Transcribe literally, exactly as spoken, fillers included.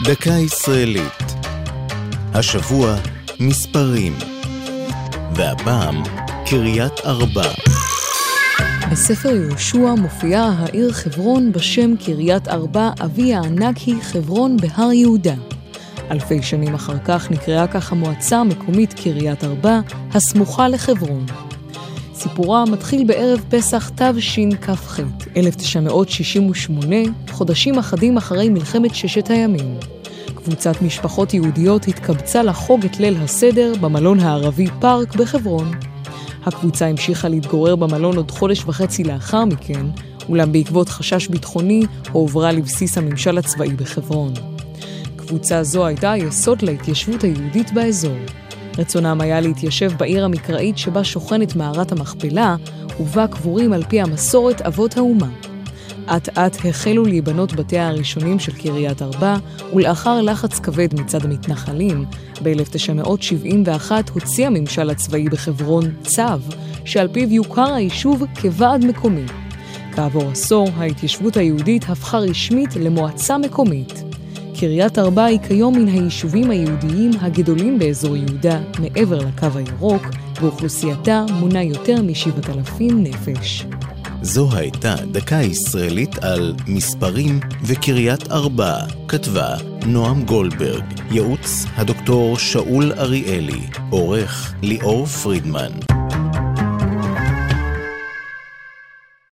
דקה ישראלית. השבוע מספרים. והפעם קריית ארבע. בספר יהושע מופיעה העיר חברון בשם קריית ארבע, אבי הענק היא חברון בהר יהודה. אלפי שנים אחר כך נקראה כך המועצה המקומית קריית ארבע, הסמוכה לחברון. סיפורה מתחיל בערב פסח תשכ"ח, אלף תשע מאות שישים ושמונה, חודשים אחדים אחרי מלחמת ששת הימים. קבוצת משפחות יהודיות התקבצה לחוג את ליל הסדר במלון הערבי פארק בחברון. הקבוצה המשיכה להתגורר במלון עוד חודש וחצי לאחר מכן, אולם בעקבות חשש ביטחוני הועברה לבסיס הממשל הצבאי בחברון. קבוצה זו הייתה היסוד להתיישבות היהודית באזור. רצונם היה להתיישב בעיר המקראית שבה שוכנת מערת המכפלה, ובה קבורים על פי המסורת אבות האומה. עט עט החלו להיבנות בתיה הראשונים של קריית ארבע, ולאחר לחץ כבד מצד המתנחלים, ב-אלף תשע מאות שבעים ואחת הוציא הממשל הצבאי בחברון צו, שעל פיו יוכר היישוב כוועד מקומי. כעבור עשור, ההתיישבות היהודית הפכה רשמית למועצה מקומית. קריית ארבע היא כיום מן היישובים היהודיים הגדולים באזור יהודה, מעבר לקו הירוק, ואוכלוסייתה מונה יותר משבעת אלפים נפש. זו הייתה דקה ישראלית על מספרים וקריית ארבע. כתבה נועם גולדברג, ייעוץ הדוקטור שאול אריאלי, עורך ליאור פרידמן.